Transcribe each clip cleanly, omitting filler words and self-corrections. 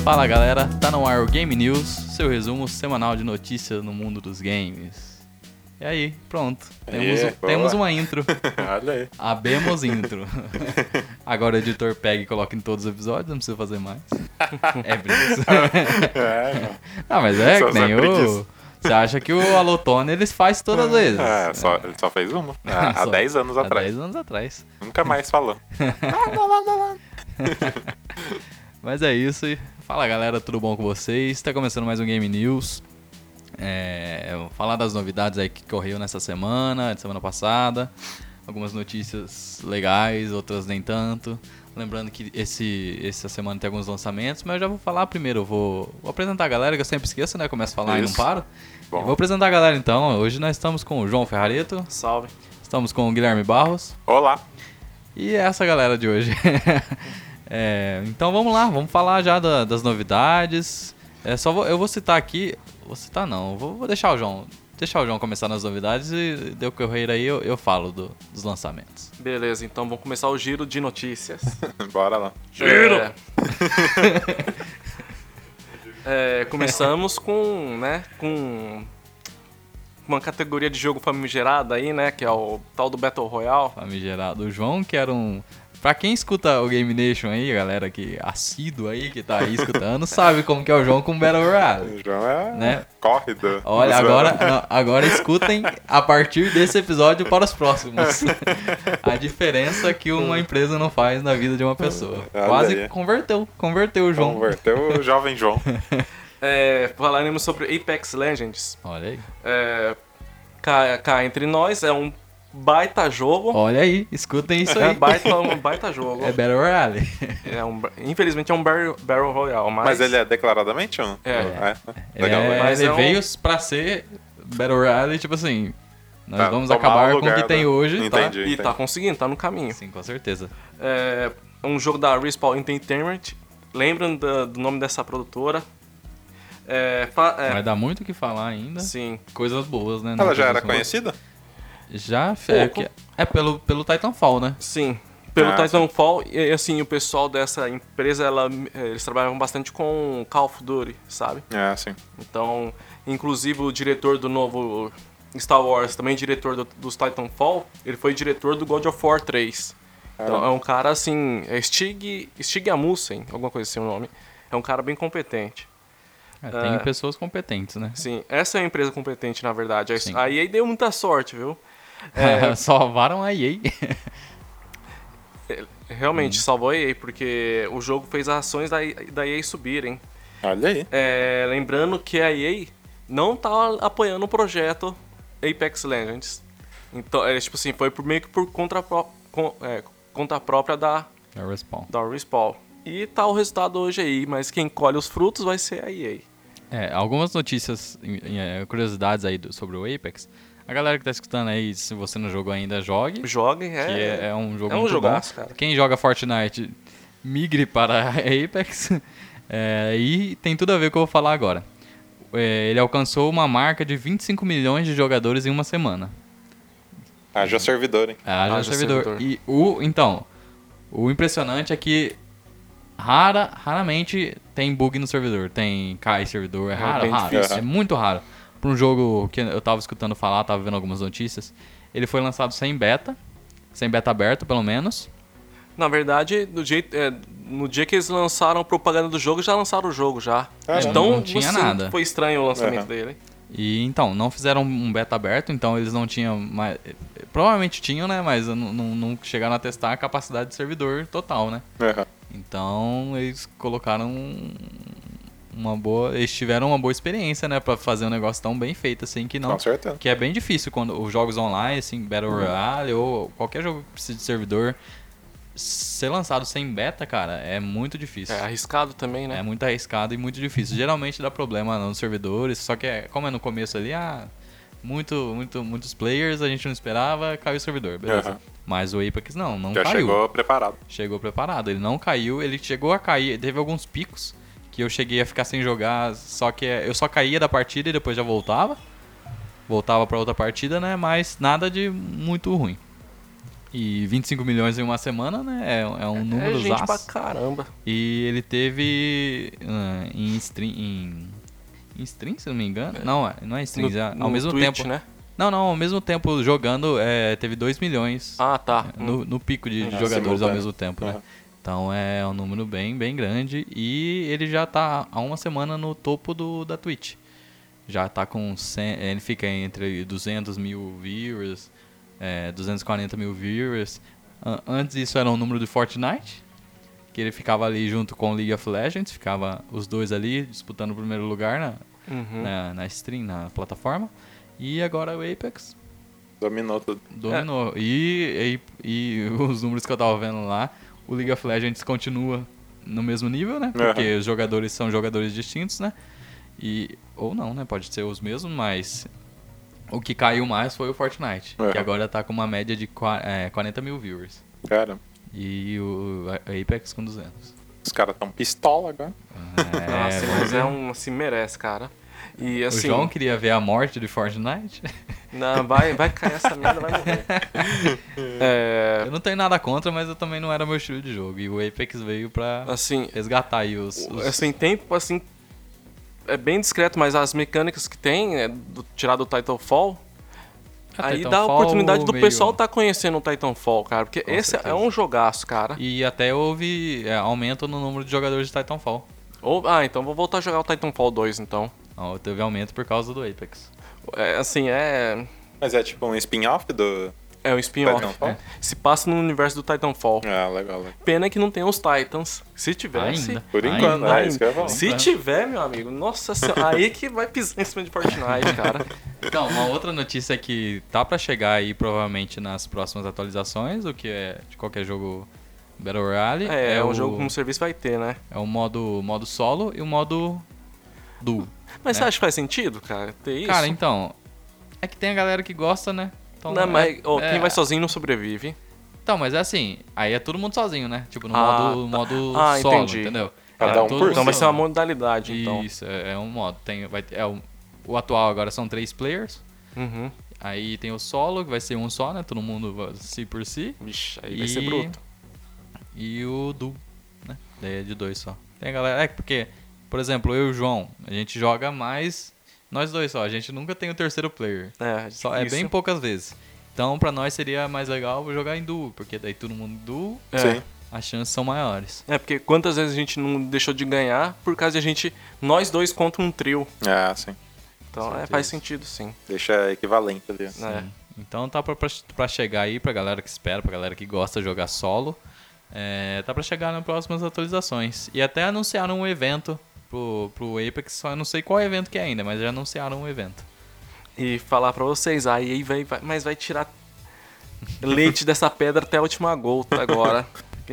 Fala galera, tá no ar o Game News, seu resumo semanal de notícias no mundo dos games. E aí, pronto, temos uma intro. Olha aí. Abemos intro. Agora o editor pega e coloca em todos os episódios, não precisa fazer mais. É brisa. Mas é Só que nem sempre o... disso. Você acha que o Alotone eles faz todas as vezes. Ele só fez uma. Há Só. 10 anos Há atrás. 10 anos atrás. Nunca mais falou. Mas é isso. Fala galera, tudo bom com vocês? Tá começando mais um Game News. Vou falar das novidades aí que correu nessa semana, de semana passada. Algumas notícias legais, outras nem tanto. Lembrando que essa semana tem alguns lançamentos, mas eu já vou falar primeiro. Eu vou apresentar a galera, que eu sempre esqueço, né? Começo a falar e não paro. Bom. Eu vou apresentar a galera então. Hoje nós estamos com o João Ferrareto. Salve. Estamos com o Guilherme Barros. Olá. E essa galera de hoje. Então vamos lá, vamos falar já das novidades. Eu vou citar aqui. Vou citar não, vou deixar o João. Deixar o João começar nas novidades e deu correr aí eu falo dos lançamentos. Beleza, então vamos começar o giro de notícias. Bora lá. Giro! Começamos com uma categoria de jogo famigerada aí, né? Que é o tal do Battle Royale. Famigerado. O João, que era um... Pra quem escuta o Game Nation aí, a galera que assíduo aí, que tá aí escutando, sabe como que é o João com Battle Royale. O João é Né? córrida. Olha, agora escutem a partir desse episódio para os próximos. A diferença que uma empresa não faz na vida de uma pessoa. Olha Quase aí. converteu o João. Converteu o jovem João. Falaremos sobre Apex Legends. Olha aí. Cá entre nós, é um baita jogo. Olha aí, escutem isso aí. Um baita jogo. É Battle Royale. Infelizmente é um Battle Royale, Mas ele é declaradamente um? Legal. Mas Ele é um- veio pra ser Battle Royale, tipo assim, nós Tá, vamos tomar acabar o com o lugar que tem da- hoje, tá? Entendi. E tá conseguindo, tá no caminho. Sim, com certeza. É um jogo da Respawn Entertainment. Lembram do nome dessa produtora? Vai dar muito o que falar ainda. Sim. Coisas boas, né? Ela já Coisas era boas. conhecida? Já, Pouco. pelo Titanfall, né? Sim. Pelo Ah, Titanfall, e assim, o pessoal dessa empresa, eles trabalham bastante com Call of Duty, sabe? Sim. Então, inclusive o diretor do novo Star Wars, também diretor dos Titanfall, ele foi diretor do God of War 3. Então, é um cara assim, Stig Asmussen, alguma coisa assim o nome. É um cara bem competente. Tem pessoas competentes, né? Sim, essa é uma empresa competente, na verdade. Sim. A EA deu muita sorte, viu? Salvaram a EA. Realmente, salvou a EA, porque o jogo fez as ações da EA subirem. Olha aí. Lembrando que a EA não tá apoiando o projeto Apex Legends. Então, tipo assim, foi meio que por conta própria da É o Respawn. Respawn. E tá o resultado hoje aí, mas quem colhe os frutos vai ser a EA. Algumas notícias, curiosidades aí sobre o Apex. A galera que tá escutando aí, se você não jogou ainda, jogue. Joguem, Que é um jogo é um muito jogaço, bom. cara. Quem joga Fortnite, migre para Apex. E tem tudo a ver com o que eu vou falar agora. Ele alcançou uma marca de 25 milhões de jogadores em uma semana. Haja servidor, hein? Haja servidor. servidor. E o impressionante é que raramente tem bug no servidor. Cai servidor, é raro, bem raro. difícil. É muito raro. Para um jogo que eu tava escutando falar, tava vendo algumas notícias, ele foi lançado sem beta aberto, pelo menos. Na verdade, no dia que eles lançaram a propaganda do jogo, já lançaram o jogo já. Então, não tinha nada. Foi estranho o lançamento dele. E então, não fizeram um beta aberto, então eles não tinham mais... Provavelmente tinham, né? Mas não chegaram a testar a capacidade de servidor total, né? Então, eles colocaram eles tiveram uma boa experiência, né? Pra fazer um negócio tão bem feito, assim, que não... Com certeza. Que é bem difícil quando os jogos online, assim, Battle Royale ou qualquer jogo que precise de servidor, ser lançado sem beta, cara, é muito difícil. É arriscado também, né? É muito arriscado e muito difícil. Geralmente dá problema nos servidores, só que como é no começo ali, muitos players, a gente não esperava, caiu o servidor, beleza. Mas o Apex não Já caiu. chegou preparado. Chegou preparado, ele não caiu, ele chegou a cair, teve alguns picos que eu cheguei a ficar sem jogar, só que eu só caía da partida e depois já voltava pra outra partida, né, mas nada de muito ruim. E 25 milhões em uma semana, né? É um número gente zaço. pra caramba. E ele teve em stream, se não me engano. Não é stream, ao mesmo Twitch, tempo. né? Não, ao mesmo tempo jogando, teve 2 milhões. Ah, tá. No pico de jogadores ao mesmo tempo, né? Então é um número bem, bem grande. E ele já tá há uma semana no topo da Twitch. Já tá com 100, ele fica entre 200 mil viewers, 240 mil viewers. Antes isso era um número de Fortnite, que ele ficava ali junto com League of Legends, ficava os dois ali disputando o primeiro lugar na stream, na plataforma. E agora o Apex Dominou tudo. dominou. E os números que eu tava vendo lá, o League of Legends continua no mesmo nível, né? Porque os jogadores são jogadores distintos, né? Ou não, né? Pode ser os mesmos, mas o que caiu mais foi o Fortnite, que agora tá com uma média de 40 mil viewers. Cara. E o Apex com 200. Os caras tão pistola agora. Nossa, mas assim, merece, cara. E, assim, o João queria ver a morte de Fortnite. Não, vai cair essa merda, vai morrer. Eu não tenho nada contra, mas eu também não era meu estilo de jogo. E o Apex veio pra resgatar aí os... Assim, tempo, assim, é bem discreto, mas as mecânicas que tem, tirado do Titanfall, aí dá a oportunidade do pessoal estar conhecendo o Titanfall, cara. Porque esse é um jogaço, cara. E até houve aumento no número de jogadores de Titanfall. Então vou voltar a jogar o Titanfall 2, então. Teve aumento por causa do Apex. Mas é tipo um spin-off do... É um spin-off. Se passa no universo do Titanfall. Legal. Pena que não tem os Titans. Se tivesse... Ainda. Por enquanto, é isso que eu ia falar. Se tiver, meu amigo, nossa senhora, aí que vai pisar em cima de Fortnite, cara. Então, uma outra notícia que tá pra chegar aí provavelmente nas próximas atualizações, o que é de qualquer jogo Battle Royale. O jogo como serviço vai ter, né? É o modo solo e o modo duo. Mas você acha que faz sentido, cara, ter isso? Cara, então, é que tem a galera que gosta, né? Então, mas quem vai sozinho não sobrevive. Então, mas é assim, aí é todo mundo sozinho, né? Tipo, no modo solo, entendi. entendeu? Cada um por Então vai ser uma modalidade, então. Isso, é um modo. O atual agora são 3 players. Uhum. Aí tem o solo, que vai ser um só, né? Todo mundo si por si. Vixe, aí vai ser bruto. E o duo, né? Daí é de 2 só. Tem a galera... porque, por exemplo, eu e o João, a gente joga mais... Nós dois só, a gente nunca tem o terceiro player. É bem poucas vezes. Então, pra nós seria mais legal jogar em duo, porque daí todo mundo duo, as chances são maiores. Porque quantas vezes a gente não deixou de ganhar por causa de nós dois contra um trio. Sim. Então, faz sentido, sim. Deixa equivalente ali. Então tá pra chegar aí, pra galera que espera, pra galera que gosta de jogar solo. Tá pra chegar nas próximas atualizações. E até anunciaram um evento pro Apex, só não sei qual evento que é ainda, mas já anunciaram um evento. E falar pra vocês, aí vai tirar leite dessa pedra até a última gota agora.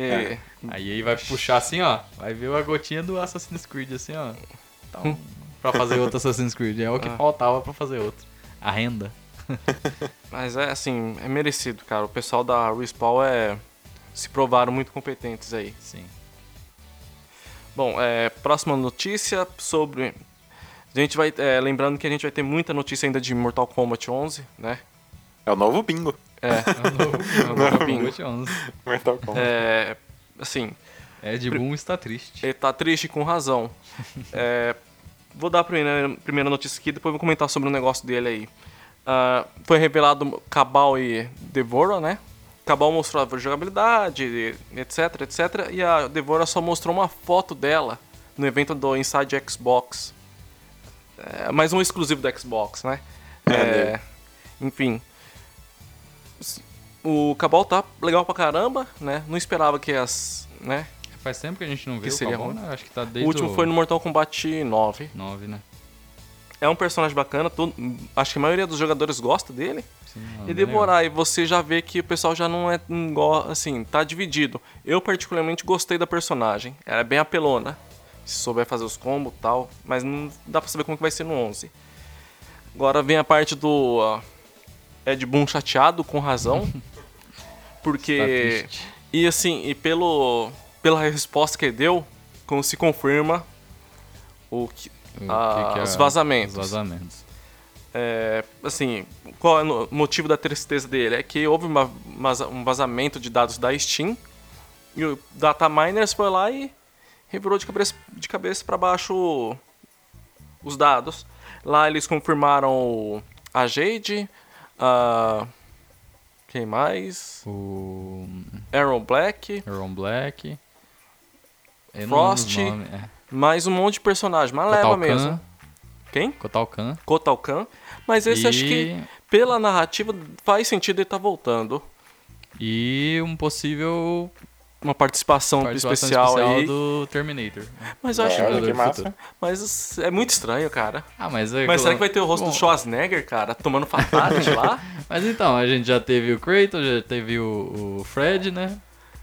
Aí vai puxar assim, ó, vai ver a gotinha do Assassin's Creed assim, ó. Então, pra fazer outro Assassin's Creed, é o que faltava pra fazer outro. A renda. Mas é merecido, cara. O pessoal da Respawn se provaram muito competentes aí. Sim. Bom, próxima notícia sobre... A gente vai... lembrando que a gente vai ter muita notícia ainda de Mortal Kombat 11, né? É o novo bingo. É o novo bingo. Mortal Kombat. Assim... Ed Boon está triste. Ele tá triste com razão. Vou dar a primeira notícia aqui, depois vou comentar sobre o negócio dele aí. Foi revelado Cabal e Devora, né? Cabal mostrou a jogabilidade, etc, etc. E a Devora só mostrou uma foto dela no evento do Inside Xbox. Mais um exclusivo do Xbox, né? Enfim. O Cabal tá legal pra caramba, né? Não esperava que né? Faz tempo que a gente não vê o seria Cabal, né? Acho que tá desde o último foi no Mortal Kombat 9. 9, né? É um personagem bacana, acho que a maioria dos jogadores gosta dele. Sim, e Devorar, e você já vê que o pessoal já não assim, tá dividido. Eu particularmente gostei da personagem, ela é bem apelona, se souber fazer os combos e tal, mas não dá pra saber como que vai ser no 11. Agora vem a parte do Ed Boon chateado, com razão, porque... E assim, pela resposta que ele deu, como se confirma os vazamentos. assim, qual é o motivo da tristeza dele? É que houve um vazamento de dados da Steam e o Data Miners foi lá e revirou de cabeça para baixo os dados. Lá eles confirmaram a Jade, quem mais? O Aaron Black, Aaron Black. Eu não Frost, lembro os nomes, mais um monte de personagem, mas leva Kotal mesmo. Kahn. Quem? Kotal Kahn. Kotal Kahn. Mas esse acho que, pela narrativa, faz sentido ele estar voltando. E um possível Uma participação especial aí. do Terminator. Mas eu acho Olha, que massa. Mas é muito estranho, cara. Mas Será que vai ter o rosto do Schwarzenegger, cara, tomando fatality lá? Mas então, a gente já teve o Kratos, já teve o Fred, né?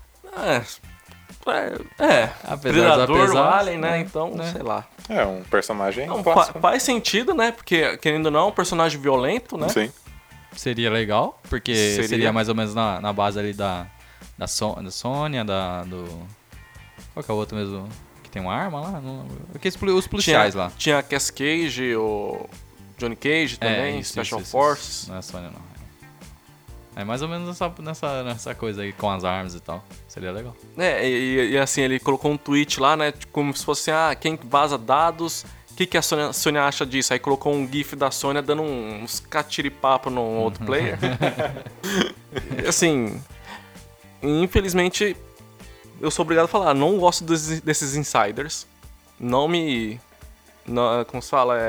Apesar Predador, dos o apesares, Alien, né? Então, né? sei lá. É um personagem Não, clássico. faz sentido, né? Porque, querendo ou não, é um personagem violento, né? Sim. Seria legal, porque seria mais ou menos na base ali da Sônia, do... Qual que é o outro mesmo? Que tem uma arma lá? Os policiais lá. Tinha a Cass Cage, o Johnny Cage também, Special Forces. Não é Sônia, não. É mais ou menos nessa coisa aí, com as armas e tal. Seria legal. E assim, ele colocou um tweet lá, né? Como se fosse, quem vaza dados, o que a Sônia acha disso? Aí colocou um gif da Sônia dando uns catiripapo num outro player. Assim, infelizmente, eu sou obrigado a falar, não gosto desses insiders. Como se fala,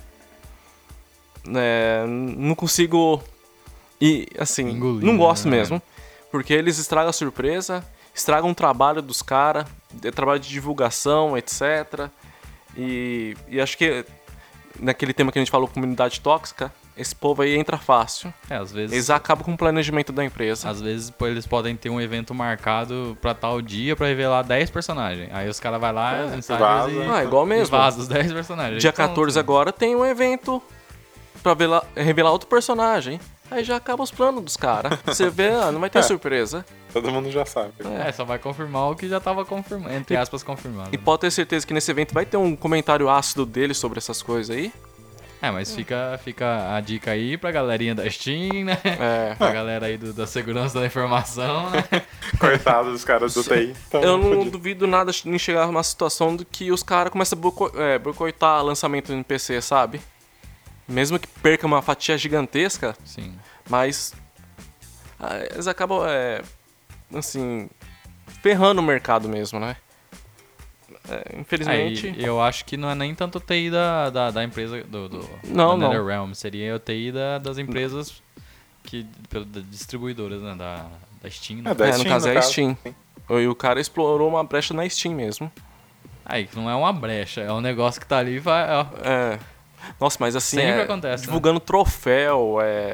não consigo... E, assim, engolir, não gosto né? mesmo. Porque eles estragam a surpresa, estragam o trabalho dos caras, trabalho de divulgação, etc. E acho que naquele tema que a gente falou, comunidade tóxica, esse povo aí entra fácil. Às vezes... Eles acabam com o planejamento da empresa. Às vezes eles podem ter um evento marcado pra tal dia pra revelar 10 personagens. Aí os caras vão lá, os insiders vaza. Igual mesmo. e vaza os 10 personagens. Dia Então, 14 agora tem um evento pra revelar outro personagem. Aí já acaba os planos dos caras. Você vê, não vai ter surpresa. Todo mundo já sabe. só vai confirmar o que já tava confirmado, entre aspas, confirmado. E pode ter certeza que nesse evento vai ter um comentário ácido dele sobre essas coisas aí. Mas fica a dica aí pra galerinha da Steam, né? Pra galera aí da segurança da informação, né? Coitado dos caras do TI. Eu não duvido nada em chegar numa situação do que os caras começam a boicotar lançamento no PC, sabe? Mesmo que perca uma fatia gigantesca, Sim. mas eles acabam, assim, ferrando o mercado mesmo, né? Infelizmente... eu acho que não é nem tanto o TI da empresa Não. NetherRealm, seria o TI das empresas das distribuidoras, né? Da Steam, né? Da no Steam, caso no é a caso, Steam. sim. E o cara explorou uma brecha na Steam mesmo. Que não é uma brecha, é um negócio que tá ali e vai... Nossa, mas assim, Sempre acontece, divulgando troféu,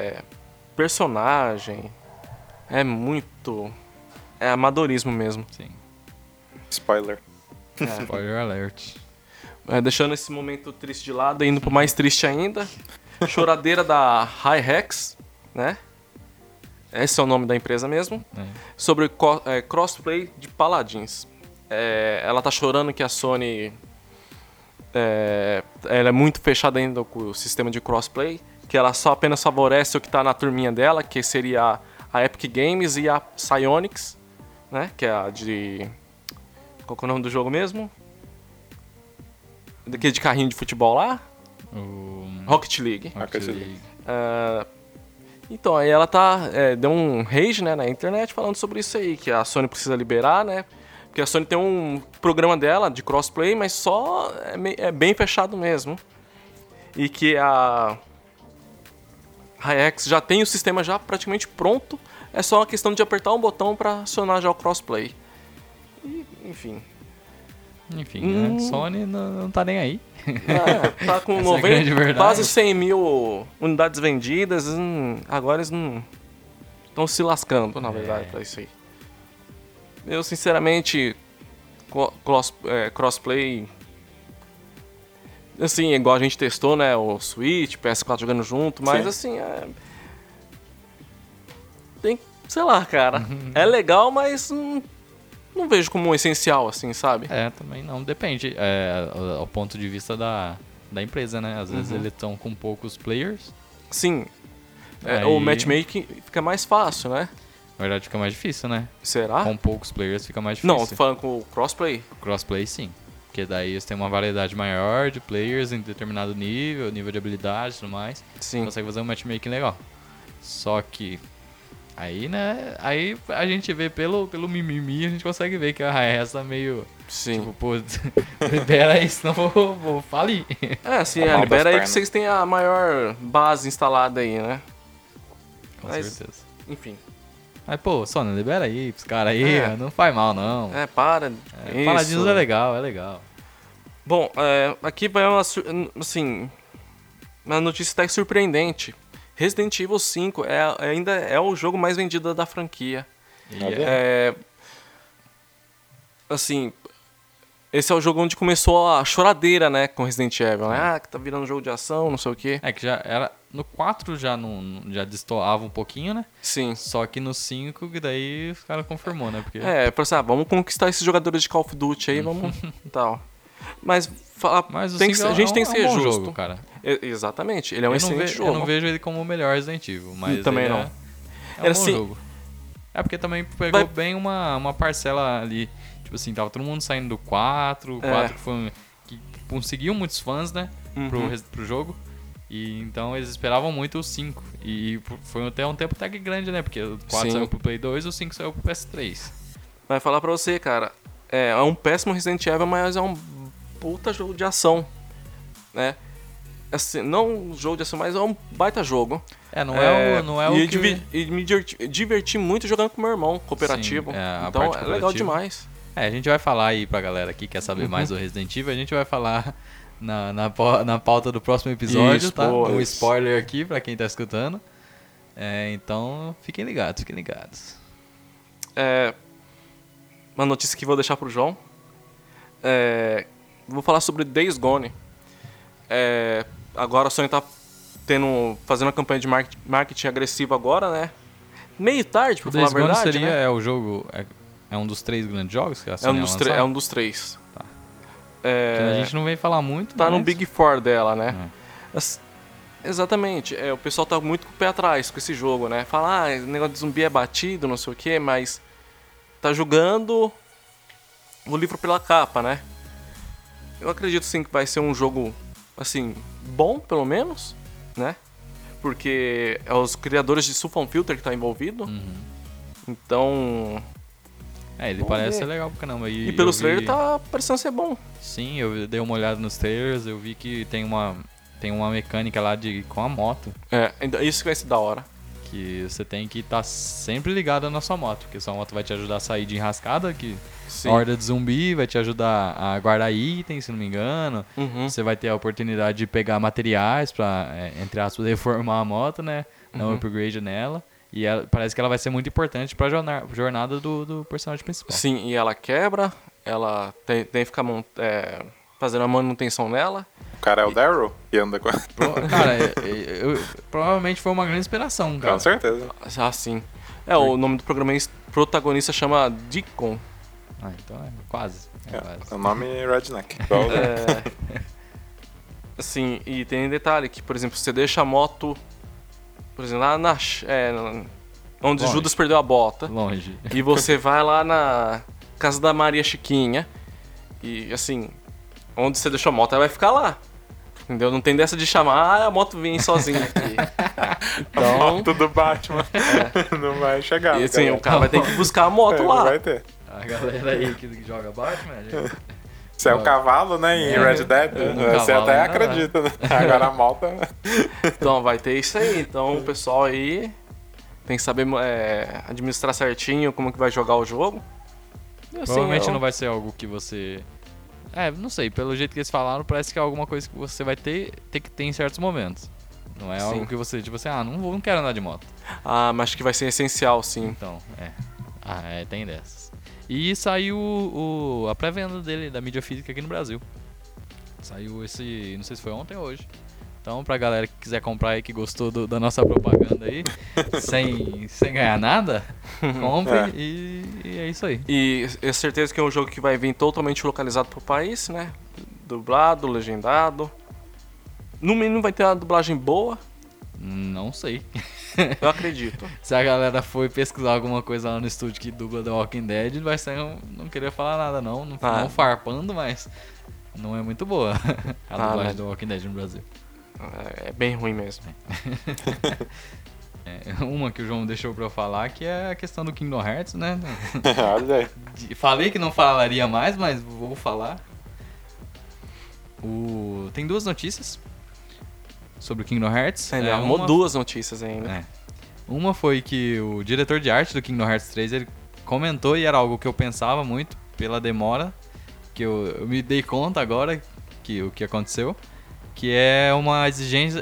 personagem, é muito... É amadorismo mesmo. Sim. Spoiler. Spoiler alert. Deixando esse momento triste de lado, indo pro mais triste ainda, choradeira da Hi-Hex, né? Esse é o nome da empresa mesmo. Sobre crossplay de Paladins. Ela tá chorando que a Sony... ela é muito fechada ainda com o sistema de crossplay, que ela só apenas favorece o que tá na turminha dela, que seria a Epic Games e a Psyonix, né? Que é a de... Qual que é o nome do jogo mesmo? Daquele de carrinho de futebol lá? Rocket League. Então, aí ela deu um rage, né, na internet falando sobre isso aí, que a Sony precisa liberar, né? Porque a Sony tem um programa dela de crossplay, mas só é bem fechado mesmo. E que a Hi-Hex já tem o sistema já praticamente pronto, é só uma questão de apertar um botão para acionar já o crossplay. E, enfim, né? Sony não tá nem aí. Tá com quase 100 mil unidades vendidas, agora eles não estão se lascando, na verdade, pra isso aí. Eu, sinceramente, crossplay, assim, igual a gente testou, né, o Switch, PS4 jogando junto, mas Sim. assim, tem, sei lá, cara, é legal, mas não vejo como um essencial, assim, sabe? Também não, depende, ao ponto de vista da da empresa, né? Às vezes eles estão com poucos players. Sim. Aí- O matchmaking fica mais fácil, né? Na verdade fica mais difícil, né? Será? Com poucos players fica mais difícil. Não, tô falando com o crossplay. Crossplay sim. Porque daí eles têm uma variedade maior de players em determinado nível de habilidade e tudo mais. Sim. Consegue fazer um matchmaking legal. Só que aí, né, aí a gente vê pelo mimimi, a gente consegue ver que a Hi-Hat tá meio, Sim. tipo, pô, libera isso, senão vou falir. Sim, Tá mal libera das aí que pernas. vocês têm a maior base instalada aí, né? Com Mas- certeza. Enfim. Mas, pô, Sônia, libera aí pros caras aí, não faz mal não. Para. Paladinos isso. é legal, é legal. Bom, aqui vai uma, assim, uma notícia até surpreendente. Resident Evil 5 ainda é o jogo mais vendido da franquia. E Assim, esse é o jogo onde começou a choradeira, né, com Resident Evil. Né? Que tá virando jogo de ação, não sei o quê. é que já era. No 4 já destoava um pouquinho, né? Sim. Só que no 5, que daí os caras confirmou, né? Porque Falou assim, vamos conquistar esses jogadores de Call of Duty aí, vamos tal. Mas, Mas o tem que, 5 a gente tem que é ser um bom justo. jogo, cara. Exatamente, ele é um Eu não excelente vejo- jogo. Eu não vejo ele como o melhor Resident Evil, mas Também ele não. É um Era bom assim- jogo. É porque também pegou Vai- bem uma parcela ali. Tipo assim, tava todo mundo saindo do 4. O 4 que conseguiu muitos fãs, né? Pro jogo. E então eles esperavam muito o 5. E foi até um tempo até que grande, né? Porque o 4 Sim. saiu pro Play 2 e o 5 saiu pro PS3. Vai falar pra você, cara, é um péssimo Resident Evil, mas é um puta jogo de ação, né? Assim, não um jogo de ação, mas é um baita jogo. Não é o que... E me diverti muito jogando com meu irmão, cooperativo. Sim, a então parte é legal cooperativa. demais. A gente vai falar aí pra galera que quer saber mais do Resident Evil, a gente vai falar na pauta do próximo episódio, Isso, tá? pô, Um isso. spoiler aqui pra quem tá escutando. Então, fiquem ligados, fiquem ligados. Uma notícia que vou deixar pro João. Vou falar sobre Days Gone. Agora a Sony tá fazendo uma campanha de marketing agressiva agora, né? Meio tarde, pra O falar a Days Gone verdade, seria né? o jogo... É um dos 3 grandes jogos que a É Sony um, ia dos lançar? é um dos 3. Tá. Que a gente não vem falar muito, Tá mas... no Big Four dela, né? Exatamente. O pessoal tá muito com o pé atrás com esse jogo, né? Fala, esse negócio de zumbi é batido, não sei o quê, mas tá julgando o livro pela capa, né? Eu acredito sim que vai ser um jogo, assim, bom, pelo menos, né? Porque é os criadores de Siphon Filter que tá envolvido. Então... Ele Vamos parece ver. ser legal pra caramba. E pelos eu trailers vi- tá parecendo ser bom. Sim, eu dei uma olhada nos trailers, eu vi que tem uma mecânica lá com a moto. Isso que vai ser da hora. Que você tem que estar sempre ligado na sua moto, porque sua moto vai te ajudar a sair de enrascada, que Sim. horda de zumbi, vai te ajudar a guardar itens, se não me engano. Uhum. Você vai ter a oportunidade de pegar materiais pra, entre aspas, reformar a moto, né? Dar um upgrade nela. E parece que ela vai ser muito importante pra jornada do personagem principal. Sim, e ela quebra, ela tem que ficar fazendo a manutenção nela. O cara é o Daryl, que anda com... Cara, provavelmente foi uma grande inspiração, cara. Com certeza. Sim. O nome do protagonista chama Deacon. Então é quase. O nome é Redneck. Igual o Assim, e tem detalhe que, por exemplo, você deixa a moto, por exemplo, lá onde Longe. Judas perdeu a bota. Longe. E você vai lá na casa da Maria Chiquinha. E assim, onde você deixou a moto, ela vai ficar lá. Entendeu? Não tem dessa de chamar, a moto vem sozinha aqui. A Então, moto do Batman. Não vai chegar. e, assim, o cara vai ter que buscar a moto Não lá. vai ter. A galera aí que joga Batman, gente. Se é o cavalo, né, em Red Dead, você cavalo até ainda acredita, né? Agora a moto... Então vai ter isso aí. Então o pessoal aí tem que saber administrar certinho como que vai jogar o jogo. E, assim, Provavelmente não vai ser algo que você... não sei, pelo jeito que eles falaram, parece que é alguma coisa que você vai ter que ter em certos momentos. Não é algo que você, tipo assim, não quero andar de moto. mas acho que vai ser essencial, sim. Então, tem dessas. E saiu a pré-venda dele, da mídia física aqui no Brasil. Saiu não sei se foi ontem ou hoje. Então, pra galera que quiser comprar aí, que gostou da nossa propaganda aí, sem ganhar nada, compre e é isso aí. E é certeza que é um jogo que vai vir totalmente localizado pro país, né? Dublado, legendado. No mínimo vai ter uma dublagem boa, Não sei. eu acredito. Se a galera foi pesquisar alguma coisa lá no estúdio que dubla The Walking Dead, vai ser. Não queria falar nada, não. Não farpando, mas não é muito boa a dublagem do Walking Dead no Brasil. É bem ruim mesmo. Uma que o João deixou pra eu falar, que é a questão do Kingdom Hearts, né? Olha aí. Falei que não falaria mais, mas vou falar. Tem duas notícias sobre o Kingdom Hearts. Ele arrumou duas notícias ainda. Uma foi que o diretor de arte do Kingdom Hearts 3, ele comentou, e era algo que eu pensava muito pela demora, que eu me dei conta agora que o que aconteceu, que é uma exigência...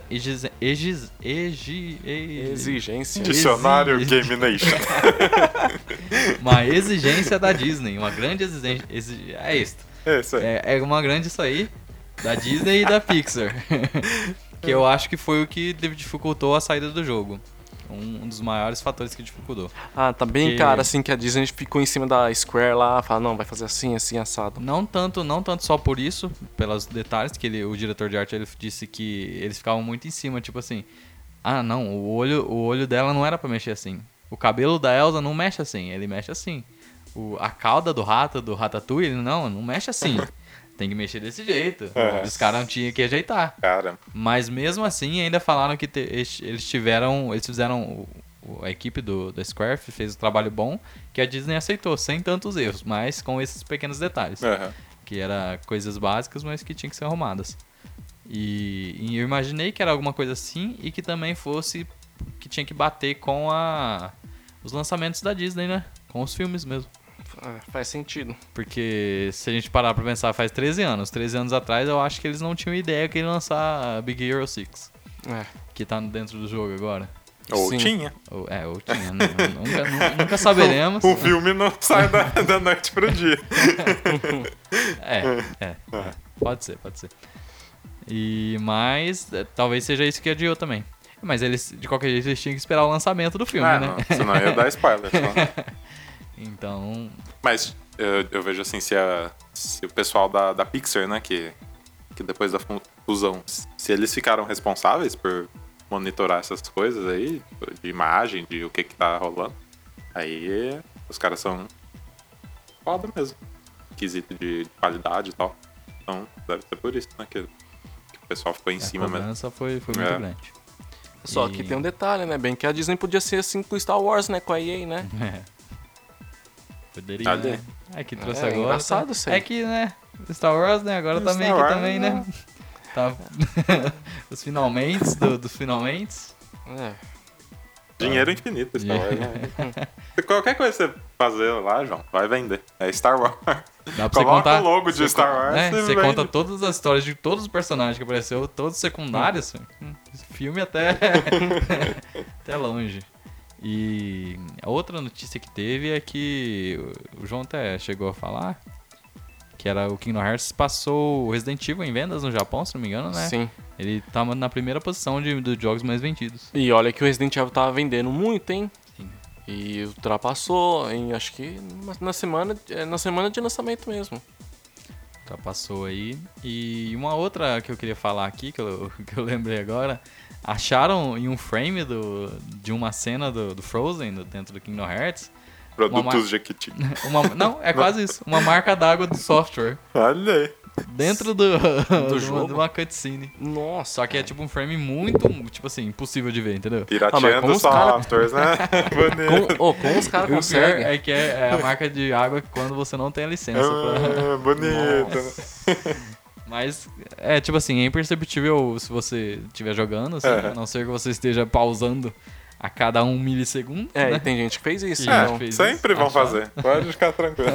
Dicionário Game Nation. Uma exigência da Disney, uma grande exigência... É isso. Isso aí. É uma grande isso aí, da Disney e da Pixar. Que eu acho que foi o que dificultou a saída do jogo. Um dos maiores fatores que dificultou. Tá bem cara, assim, que a Disney ficou em cima da Square lá, fala, não, vai fazer assim, assim, assado. Não tanto só por isso, pelos detalhes, que o diretor de arte ele disse que eles ficavam muito em cima, tipo assim, não, o olho dela não era pra mexer assim. O cabelo da Elsa não mexe assim, ele mexe assim. A cauda do Ratatouille, ele não mexe assim. Tem que mexer desse jeito. Os caras não tinham que ajeitar. Cara. Mas mesmo assim, ainda falaram que eles fizeram. A equipe da Square fez um trabalho bom, que a Disney aceitou, sem tantos erros, mas com esses pequenos detalhes. Que eram coisas básicas, mas que tinham que ser arrumadas. E eu imaginei que era alguma coisa assim, e que também fosse. Que tinha que bater com os lançamentos da Disney, né? Com os filmes mesmo. Faz sentido. Porque se a gente parar pra pensar, faz 13 anos. 13 anos atrás, eu acho que eles não tinham ideia que iam lançar Big Hero 6. Que tá dentro do jogo agora. Ou Sim. tinha. Ou tinha. Nunca saberemos. O filme não sai da noite pro dia. Pode ser. Mas talvez seja isso que adiou também. Mas eles, de qualquer jeito, eles tinham que esperar o lançamento do filme, né? Não, senão ia dar spoiler. Só. Então... Mas eu vejo assim, se o pessoal da Pixar, né, que depois da fusão, se eles ficaram responsáveis por monitorar essas coisas aí, de imagem, de o que tá rolando, aí os caras são foda mesmo. Quesito de qualidade e tal. Então, deve ser por isso, né, que o pessoal ficou em cima mesmo. A cobrança foi muito grande. Só que tem um detalhe, né, bem, que a Disney podia ser assim com o Star Wars, né, com a EA, né? Poderia, né? Que trouxe agora. Engraçado isso aí. É que, né, Star Wars, né, agora tá meio que também, né? Tá... Os finalmente dos finalmente. Dinheiro infinito, Star Wars, né? Qualquer coisa que você fazer lá, João, vai vender. É Star Wars. Dá pra Coloca contar, o logo de Star Wars. Né? Você conta todas as histórias de todos os personagens que apareceu, todos secundários. Filme até longe. E a outra notícia que teve é que o João até chegou a falar, que era o Kingdom Hearts passou o Resident Evil em vendas no Japão, se não me engano, né? Sim. Ele tava na primeira posição dos jogos mais vendidos. E olha que o Resident Evil tava vendendo muito, hein? Sim. E ultrapassou em, acho que na semana de lançamento mesmo. Ultrapassou aí. E uma outra que eu queria falar aqui, que eu lembrei agora, acharam em um frame de uma cena do Frozen, dentro do Kingdom Hearts, Produtos Jequiti. Não, é quase isso. Uma marca d'água do software. Olha aí. Dentro jogo? de uma cutscene. Nossa. Só que é tipo um frame muito, tipo assim, impossível de ver, entendeu? Pirateando como os cara- softwares, né? Bonito. Como os caras O pior conseguem? é que é a marca de água quando você não tem a licença pra... Bonito. Mas é tipo assim, é imperceptível se você estiver jogando, assim, a não ser que você esteja pausando a cada 1 milissegundo. E Né? tem gente que fez isso. E- Então. fez Sempre isso, vão achado. fazer. Pode ficar tranquilo.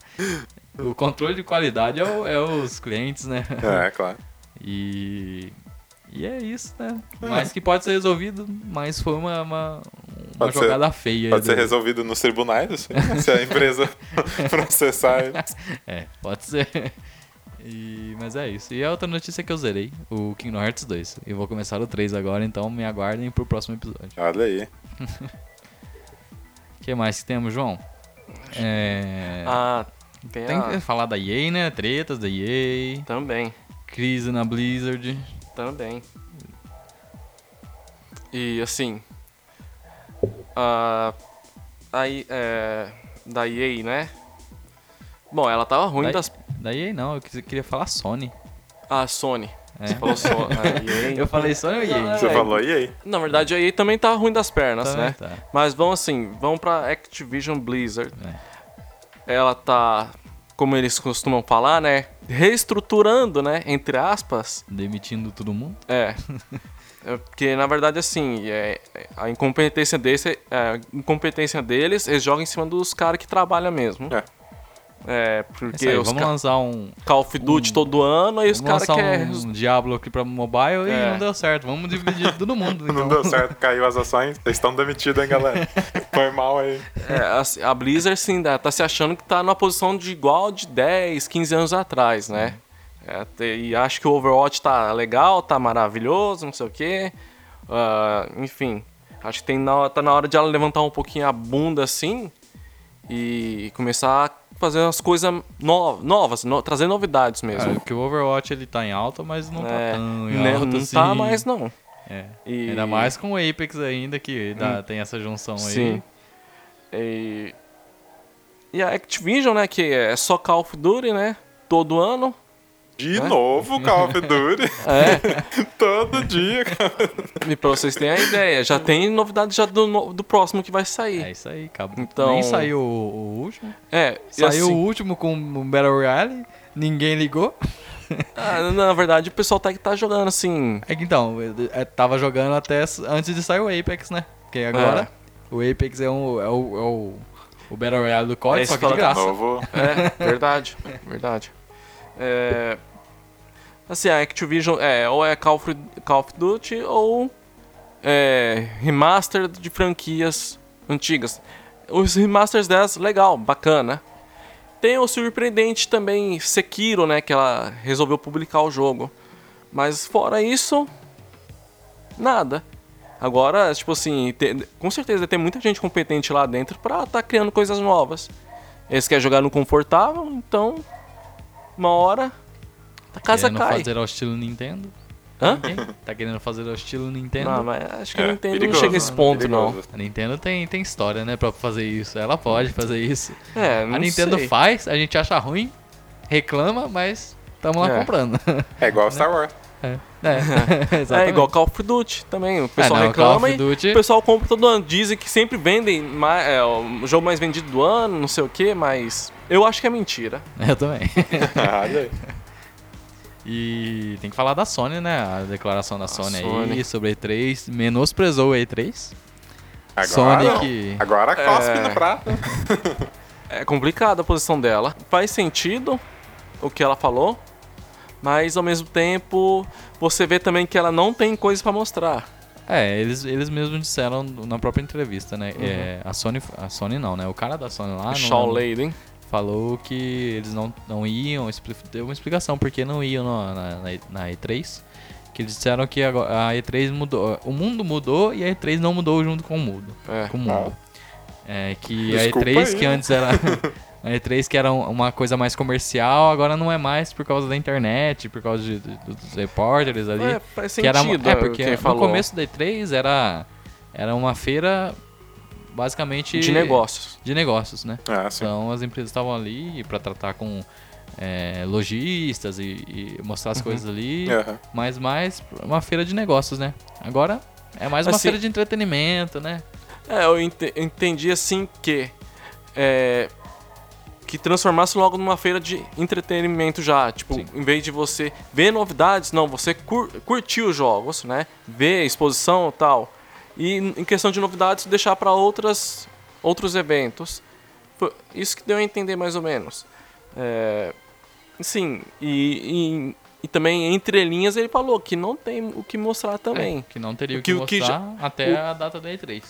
O controle de qualidade é os clientes, né? Claro. E é isso, né? Mas que pode ser resolvido, mas foi uma Pode ser- jogada feia. Pode ser resolvido nos tribunais, assim, se a empresa processar eles. Pode ser. Mas é isso. E a outra notícia é que eu zerei, o Kingdom Hearts 2. E vou começar o 3 agora, então me aguardem pro próximo episódio. Olha aí. O que mais que temos, João? Tem Tem que falar da EA, né? Tretas da EA, Também. crise na Blizzard. Também. E assim, a da EA, né? Bom, ela tava ruim das... Daí não, eu queria falar Sony. Ah, Sony. Você falou Sony. EA. Eu falei Sony ou EA? Você falou e aí? Na verdade, a EA também tá ruim das pernas, Também né? tá. Mas vamos pra Activision Blizzard. Ela tá, como eles costumam falar, né? Reestruturando, né? Entre aspas. Demitindo todo mundo? Porque, na verdade, assim, a incompetência deles, eles jogam em cima dos caras que trabalham mesmo. Porque Aí, os vamos lançar um... Call of Duty todo ano, aí os caras querem... um Diablo aqui pra mobile e não deu certo. Vamos dividir todo mundo. Não Então. deu certo, caiu as ações. Vocês estão demitidos, hein, galera? Foi mal aí. A Blizzard, assim, tá se achando que tá numa posição de igual de 10, 15 anos atrás, né? E acho que o Overwatch tá legal, tá maravilhoso, não sei o quê. Enfim, acho que tá na hora de ela levantar um pouquinho a bunda, assim, e começar a fazer umas coisas novas, trazer novidades mesmo. Porque o Overwatch ele tá em alta, mas não tá tão em Né, alta não assim. tá mais, não. Ainda mais com o Apex ainda, que tem essa junção aí. Sim. E a Activision, né, que é só Call of Duty, né, todo ano. De novo Call of Duty. Todo dia, cara. E pra vocês terem a ideia, já tem novidade já do próximo que vai sair. É isso aí, acabou. Então... Nem saiu o último. E Saiu assim, o último com o Battle Royale, ninguém ligou. na verdade, o pessoal tá jogando assim. É que então, tava jogando até antes de sair o Apex, né? Porque agora o Apex é o Battle Royale do COD, só que de graça. Verdade. Assim, a Activision ou é Call of Duty ou remaster de franquias antigas. Os remasters delas, legal, bacana. Tem o surpreendente também Sekiro, né, que ela resolveu publicar o jogo. Mas fora isso, nada. Agora, tipo assim, com certeza tem muita gente competente lá dentro pra tá criando coisas novas. Eles querem jogar no confortável, então uma hora a casa querendo cai. fazer ao estilo Nintendo. Hã? Tá querendo fazer ao estilo Nintendo. Não, mas acho que a Nintendo não perigoso, chega a esse ponto, não. perigoso. A Nintendo tem história, né, pra fazer isso. Ela pode fazer isso. Não A Nintendo sei. faz, a gente acha ruim, reclama, mas tamo lá comprando. É igual Star Wars. Exatamente. Igual Call of Duty também. O pessoal Call reclama of Duty- e o pessoal compra todo ano. Dizem que sempre vendem o jogo mais vendido do ano, não sei o que, mas eu acho que é mentira. Eu também. Olha aí. E tem que falar da Sony, né? A declaração da Sony aí Sony. sobre a E3. Menosprezou a E3. Agora, Sony que... agora cospe no prato. É complicada a posição dela. Faz sentido o que ela falou, mas ao mesmo tempo você vê também que ela não tem coisa pra mostrar. Eles mesmos disseram na própria entrevista, né? A Sony não, né? O cara da Sony lá Shaw Layden. falou que eles não iam, deu uma explicação porque não iam na E3. Que eles disseram que a E3 mudou, o mundo mudou e a E3 não mudou junto com o mundo. Com o mundo. Que Desculpa a E3 aí, que né? antes era a E3 que era uma coisa mais comercial, agora não é mais por causa da internet, por causa dos repórteres ali. Faz Que era, sentido. porque quem no falou. começo da E3 era uma feira basicamente De negócios. de negócios, né? Sim. Então as empresas estavam ali para tratar com lojistas e mostrar as coisas ali, mas mais uma feira de negócios, né? Agora é mais uma Assim, feira de entretenimento, né? Eu entendi assim que transformasse logo numa feira de entretenimento já. Tipo, Sim. em vez de você ver novidades, não, você curtir os jogos, né? Ver a exposição e tal. E em questão de novidades, deixar para outros eventos. Foi isso que deu a entender mais ou menos. Sim, e também entre linhas ele falou que não tem o que mostrar também. Que não teria o que- que o que mostrar até a data da E3.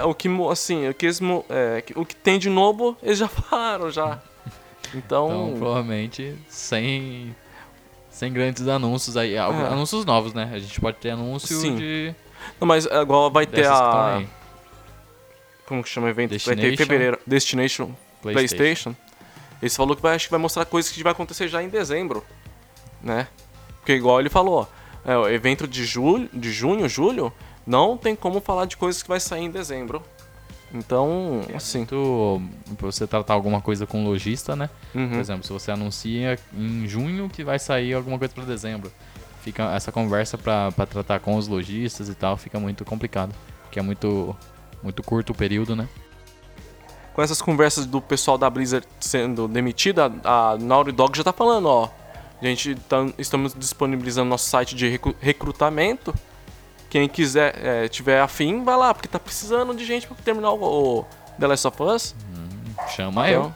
O que tem de novo, eles já falaram já. Então, provavelmente, sem grandes anúncios aí. Anúncios novos, né? A gente pode ter anúncio Sim. de... Não, mas agora vai ter dessas que estão aí. como que chama o evento? Vai ter em Destination. fevereiro. Destination PlayStation. Eles falou que acho que vai mostrar coisas que vai acontecer já em dezembro, né? Porque igual ele falou, o evento de junho, julho, não tem como falar de coisas que vai sair em dezembro. Então, assim... Muito, pra você tratar alguma coisa com lojista, né? Uhum. Por exemplo, se você anuncia em junho que vai sair alguma coisa pra dezembro, fica essa conversa pra tratar com os lojistas e tal, fica muito complicado. Porque é muito curto o período, né? Com essas conversas do pessoal da Blizzard sendo demitida, a Naughty Dog já tá falando, ó. Estamos disponibilizando nosso site de recrutamento. Quem quiser, tiver afim, vai lá, porque tá precisando de gente pra terminar o The Last of Us. Chama eu.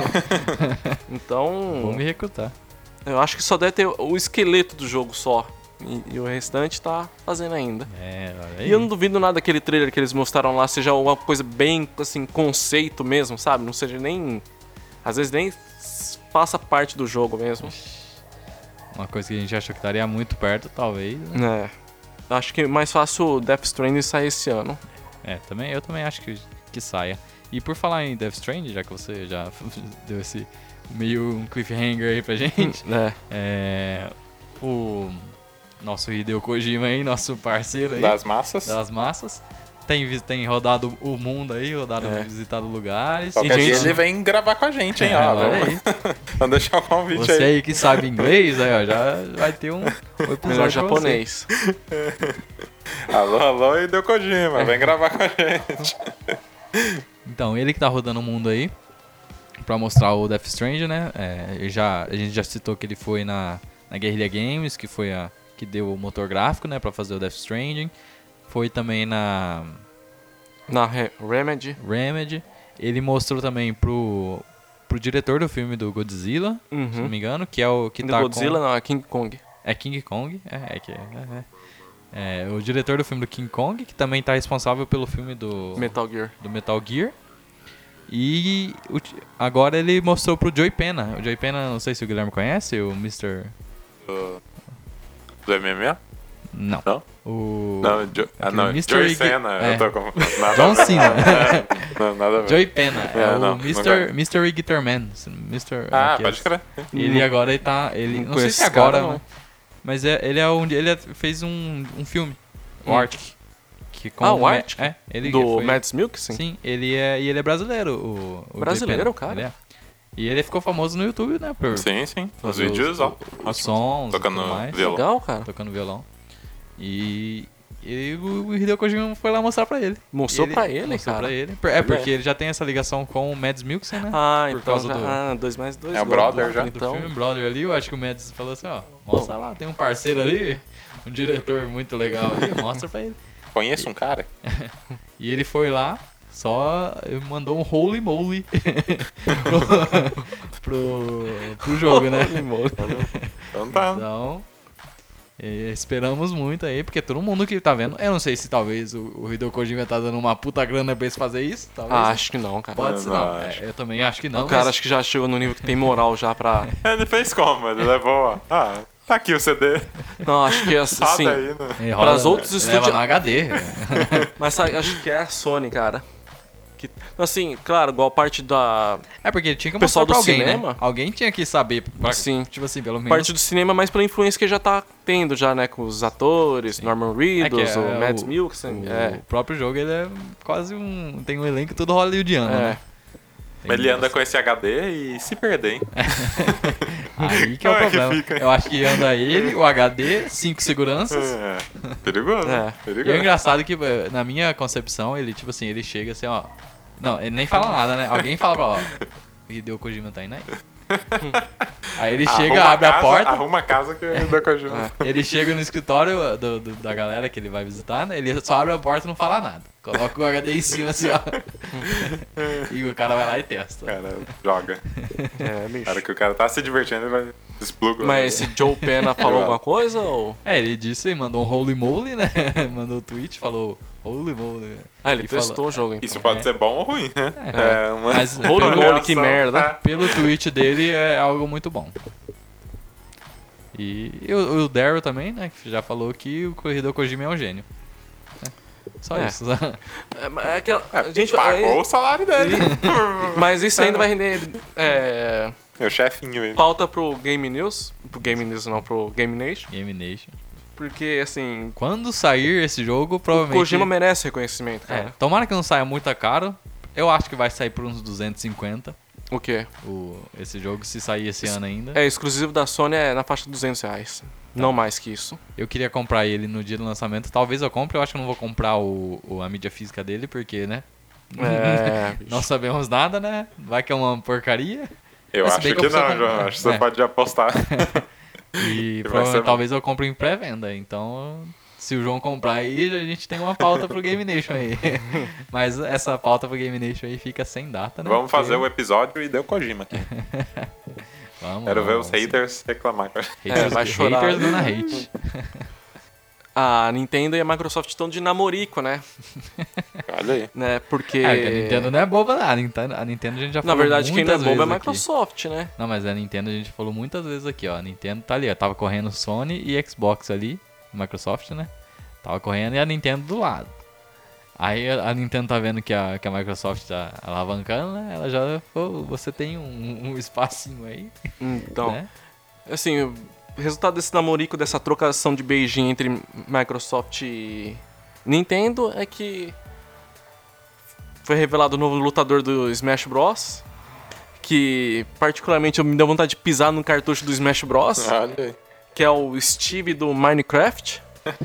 Então, Vou me recrutar. eu acho que só deve ter o esqueleto do jogo só. E o restante tá fazendo ainda. Olha aí. E eu não duvido nada daquele trailer que eles mostraram lá seja uma coisa bem, assim, conceito mesmo, sabe? Não seja nem... Às vezes nem faça parte do jogo mesmo. Uma coisa que a gente achou que estaria muito perto, talvez, né? Acho que é mais fácil o Death Stranding sair esse ano. Eu também acho que saia. E por falar em Death Stranding, já que você já deu esse meio um cliffhanger aí pra gente, o nosso Hideo Kojima aí, nosso parceiro aí Das massas. tem rodado o mundo aí, visitado lugares. Qualquer E, dia gente, ele vem gravar com a gente, hein? Ó, olha aí. vamos deixar o convite Você aí. aí que sabe inglês, aí, ó, já vai ter um episódio Melhor pra japonês. Alô, Hideo Kojima, vem gravar com a gente. você. Então, ele que tá rodando o mundo aí pra mostrar o Death Stranding, né? A gente já citou que ele foi na Guerrilla Games, que foi que deu o motor gráfico, né, pra fazer o Death Stranding. Foi também na Remedy. Remedy. Ele mostrou também pro diretor do filme do Godzilla, se não me engano, que é o que Do tá Godzilla não, é King Kong. É King Kong, o diretor do filme do King Kong, que também tá responsável pelo filme do Metal Gear. Metal Gear. E agora ele mostrou pro Joey Pena. O Joey Pena, não sei se o Guilherme conhece, o Mr... Do MMA? Não. Não? Não, Joey Cena. Eu tô com... John Cena. Não, nada a ver. Joey Pena, não Mr. Guitarman. Pode crer. Ele agora não sei se agora, né? Mas ele fez um filme, o Arctic. O Arctic? Ele do Mads Mikkelsen? Sim, ele é brasileiro. O Brasileiro, Joey cara? Pena. E ele ficou famoso no YouTube, né? Sim. Os fazer vídeos, ó. Os sons, Tocando tudo mais. violão. Legal, cara. Tocando violão. E o Hideo Kojima foi lá mostrar pra ele. Mostrou pra ele, mostrou cara? pra ele. Porque ele já tem essa ligação com o Mads Mikkelsen, né? Por então causa já... 2 mais 2. É o brother já. Do Então, filme Brother ali, eu acho que o Mads falou assim, ó, mostra lá, tem um parceiro ali, um diretor muito legal ali, mostra pra ele. Conheço um cara. E ele foi lá, mandou um holy moly pro jogo, né? Então tá. Então, esperamos muito aí, porque todo mundo que tá vendo, eu não sei se talvez o Hideo Kojima tá dando uma puta grana pra eles fazer isso, talvez. acho que não, cara. Pode ser, não, não. acho. Eu também acho que não. O cara mas- acho que já chegou no nível que tem moral já pra... Ele fez como? Ele levou, ó. Tá aqui o CD. Não, acho que Roda assim... aí, né? Pras outros leva estúdios- no HD. Mas sabe, acho que é a Sony, cara. Que, assim, claro, igual a parte da... É porque tinha que Pessoal mostrar pra do alguém, cinema? né? Alguém tinha que saber. Sim. Tipo assim, pelo menos. Parte do cinema mais pela influência que já tá tendo já, né? Com os atores, Norman Reedus, o Mads Mikkelsen. O próprio jogo, ele é quase tem um elenco todo hollywoodiano, né? Ele anda com esse HD e se perder, hein? Aí que é o Como é que problema. fica? Eu acho que anda ele, o HD, 5 seguranças. Perigoso. É. E é Perigoso. engraçado que, na minha concepção, ele, tipo assim, ele chega assim, ó. Não, ele nem fala nada, né? Alguém fala pra ó, o Hideo Kojima tá indo aí. Aí ele chega, Arruma abre a porta. Arruma a casa que eu dou com a Júlia. Ele chega no escritório da galera que ele vai visitar, né? Ele só abre a porta e não fala nada. Coloca o HD em cima assim, ó. E o cara vai lá e testa. Cara, joga. bicho. Na hora que o cara tá se divertindo, ele vai despluga. Mas esse Joe Pena falou alguma coisa ou... Ele disse, mandou um holy moly, né? Mandou um tweet, falou holy moly. Ele E testou falou- o jogo, então. Isso pode ser bom ou ruim, né? Mas Holy pelo- moly, que merda. Pelo tweet dele é algo muito bom. E o Daryl também, né? Que já falou que o Hideo Kojima é um gênio. Só isso. É aquela... a gente Pagou o salário dele. Mas isso ainda vai render Meu chefinho ele. pauta pro Game News. Pro Game News não, pro Game Nation. Game Nation. Porque, assim, Quando sair esse jogo, o provavelmente... Kojima merece reconhecimento, cara. Tomara que não saia muito caro. Eu acho que vai sair por uns 250 O quê? esse jogo, se sair esse ano ainda. É, exclusivo da Sony é na faixa de R$200. Não mais que isso. Eu queria comprar ele no dia do lançamento. Talvez eu compre, eu acho que eu não vou comprar a mídia física dele, porque, né? Não sabemos nada, né? Vai que é uma porcaria. Eu Mas se acho bem que eu preciso não, João. comprar. Acho que você pode apostar. E Que vai ser bom. talvez eu compre em pré-venda. Então, se o João comprar aí, a gente tem uma pauta pro Game Nation aí. Mas essa pauta pro Game Nation aí fica sem data, né? Vamos fazer o Porque- episódio e deu Kojima aqui. Quero ver os haters reclamar. Haters, vai chorar. haters dando hate. A Nintendo e a Microsoft estão de namorico, né? Olha aí. Né? Porque... A Nintendo não é boba, não. A Nintendo a gente já Na falou verdade, quem não é muitas bobo é a vezes aqui. Microsoft, né? Não, mas a Nintendo a gente falou muitas vezes aqui, ó. A Nintendo tá ali, ó. Tava correndo Sony e Xbox ali. Microsoft, né? Tava correndo e a Nintendo do lado. Aí a Nintendo tá vendo que a Microsoft tá alavancando, né? Ela já falou, você tem um espacinho aí, Então, né? assim, o resultado desse namorico, dessa trocação de beijinho entre Microsoft e Nintendo é que foi revelado o novo lutador do Smash Bros. Que particularmente me deu vontade de pisar no cartucho do Smash Bros. Olha aí. Que é o Steve do Minecraft.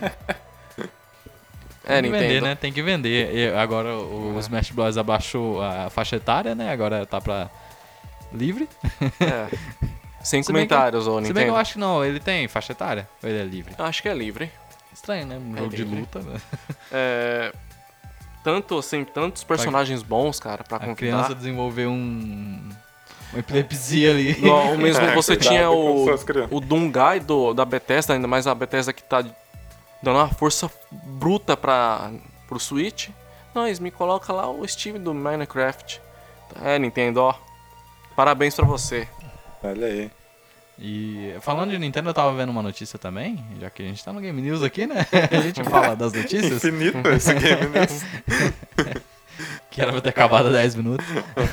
Tem que Nintendo. vender, né? Tem que vender. E agora o Smash Bros. Abaixou a faixa etária, né? Agora tá pra livre. É. Sem Se bem que- comentários, ô Se bem que Nintendo. eu acho que não, ele tem faixa etária. Ou ele é livre? Acho que é livre. Estranho, né? Um jogo de livre. luta. Né? É, tantos personagens bons, cara, pra A convidar. criança desenvolveu uma epilepsia ali. Igual, o mesmo você Cuidado tinha com suas crianças. o Doomguy da Bethesda, ainda mais a Bethesda que tá dando uma força bruta pro Switch. Nós, me coloca lá o Steve do Minecraft. Nintendo, ó. Parabéns pra você. Olha aí. E falando de Nintendo, eu tava vendo uma notícia também, já que a gente tá no Game News aqui, né? A gente fala das notícias, Infinito esse game mesmo. que era pra ter acabado há 10 minutos.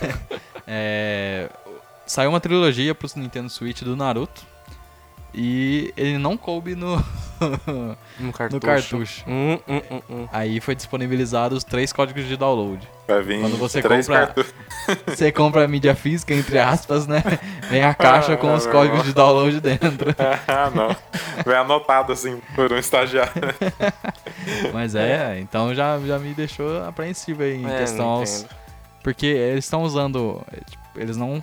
Saiu uma trilogia pro Nintendo Switch do Naruto. E ele não coube no cartucho. Aí foi disponibilizado os 3 códigos de download. Vai vir Quando você 3 compra- cartuchos. Você compra a mídia física, entre aspas, né? Vem a caixa com os códigos de download dentro. Ah, não. Vem anotado assim por um estagiário. Mas então já me deixou apreensivo aí em questão aos... Nintendo. Porque eles estão usando... Eles não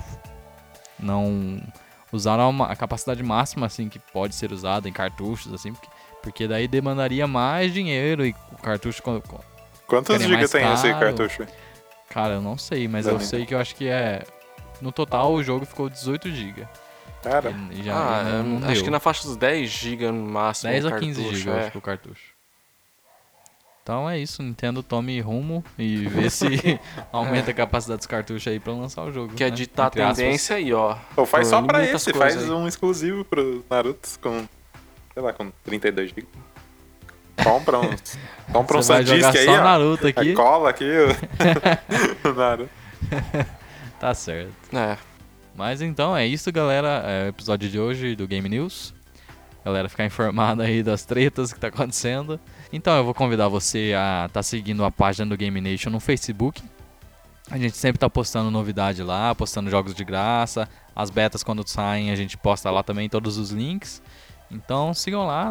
usaram a capacidade máxima, assim, que pode ser usada em cartuchos, assim, porque daí demandaria mais dinheiro e o cartucho... Quantos Ficaria gigas tem mais esse caro. cartucho? Cara, eu não sei, mas Da eu Nintendo. sei que eu acho que no total o jogo ficou 18 GB. Cara, E já não acho deu. que na faixa dos 10 GB no máximo. 10 o a 15 cartucho, GB, eu acho que o cartucho. Então é isso, Nintendo tome rumo e vê se aumenta a capacidade dos cartuchos aí pra lançar o jogo. Que é né? ditar a Entre aspas. tendência aí, ó. ou faz só Por pra muitas esse, coisas faz aí. um exclusivo pro Naruto com, sei lá, com 32 GB. Compra um Você vai SanDisk jogar aí, só ó. Naruto aqui. Aí cola aqui o Naruto. Tá certo. É. Mas então é isso, galera. É o episódio de hoje do Game News. Galera, ficar informada aí das tretas que tá acontecendo. Então eu vou convidar você a tá seguindo a página do Game Nation no Facebook. A gente sempre tá postando novidade lá, postando jogos de graça. As betas quando saem a gente posta lá também todos os links. Então sigam lá,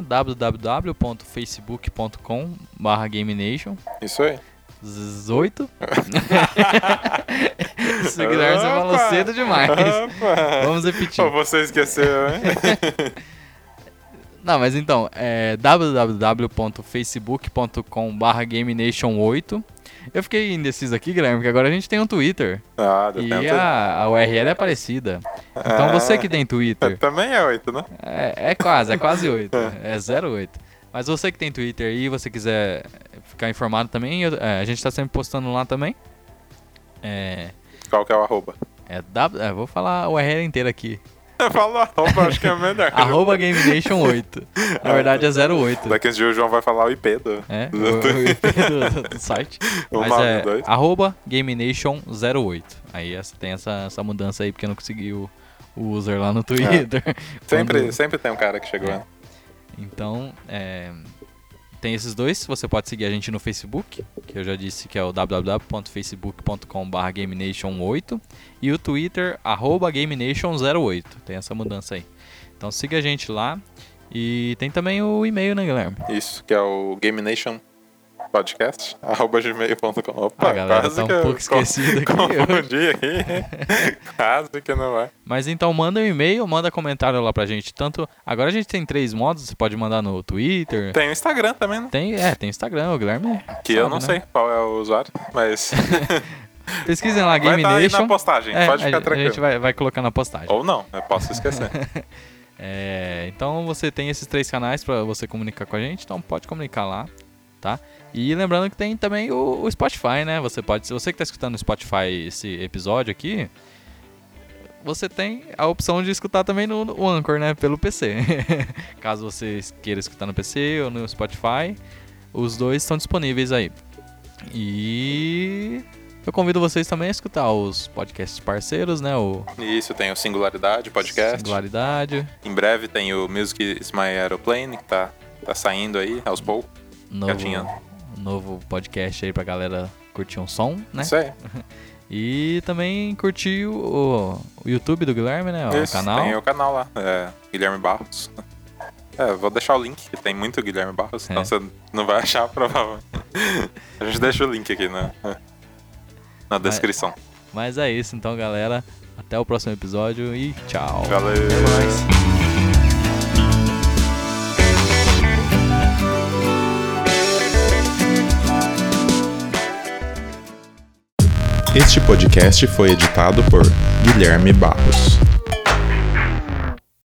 www.facebook.com/GameNation. Isso aí. 18. Esse Guilherme você falou Opa! cedo demais. Opa! Vamos repetir. Ou você esqueceu, hein? Não, mas então, é www.facebook.com/GameNation8. Eu fiquei indeciso aqui, Guilherme, porque agora a gente tem um Twitter. Ah, E tento. a URL é parecida. Então você que tem Twitter, Também é 8, né? é quase 8. É 08. Mas você que tem Twitter aí, você quiser ficar informado também, a gente tá sempre postando lá também. Qual que é o arroba? Vou falar a URL inteira aqui. Fala arroba, acho que é melhor. Arroba GameNation8. Na verdade é 08. Daqui a uns dias o João vai falar o IP do... O IP do site. O Mas nome é do dois. arroba GameNation08. Aí tem essa mudança aí, porque eu não consegui o user lá no Twitter. Sempre tem um cara que chegou. É. né? Então, tem esses dois. Você pode seguir a gente no Facebook, que eu já disse que é o www.facebook.com/GameNation8, e o Twitter, @GameNation08. Tem essa mudança aí. Então siga a gente lá. E tem também o e-mail, né, Guilherme? Isso, que é o GameNationPodcast@gmail.com. Opa, galera quase tá um que pouco esquecida aqui. Confundi aqui. Quase que não vai. Mas então manda um e-mail, manda comentário lá pra gente. Tanto agora a gente tem 3 modos, você pode mandar no Twitter. Tem o Instagram também, né? Tem Instagram, o Guilherme. Que sabe, eu não né? sei qual é o usuário, mas Pesquisem lá, vai Game estar aí Nation. na postagem, pode ficar A tranquilo. gente vai colocar na postagem. Ou não, eu posso esquecer. Então você tem esses 3 canais pra você comunicar com a gente, então pode comunicar lá, tá? E lembrando que tem também o Spotify, né? Se você que tá escutando no Spotify esse episódio aqui, você tem a opção de escutar também no Anchor, né? Pelo PC. Caso você queira escutar no PC ou no Spotify, os dois estão disponíveis aí. E eu convido vocês também a escutar os podcasts parceiros, né? Isso, tem o Singularidade Podcast. Singularidade. Em breve tem o Music is My Aeroplane, que tá saindo aí aos poucos. Novo podcast aí pra galera curtir um som, né? Isso aí. E também curtir o YouTube do Guilherme, né? O canal. Tem o canal lá, Guilherme Barros. Vou deixar o link, que tem muito Guilherme Barros, então você não vai achar, provavelmente. A gente deixa o link aqui na descrição. Mas é isso então, galera. Até o próximo episódio e tchau. Valeu. Até mais. Este podcast foi editado por Guilherme Barros.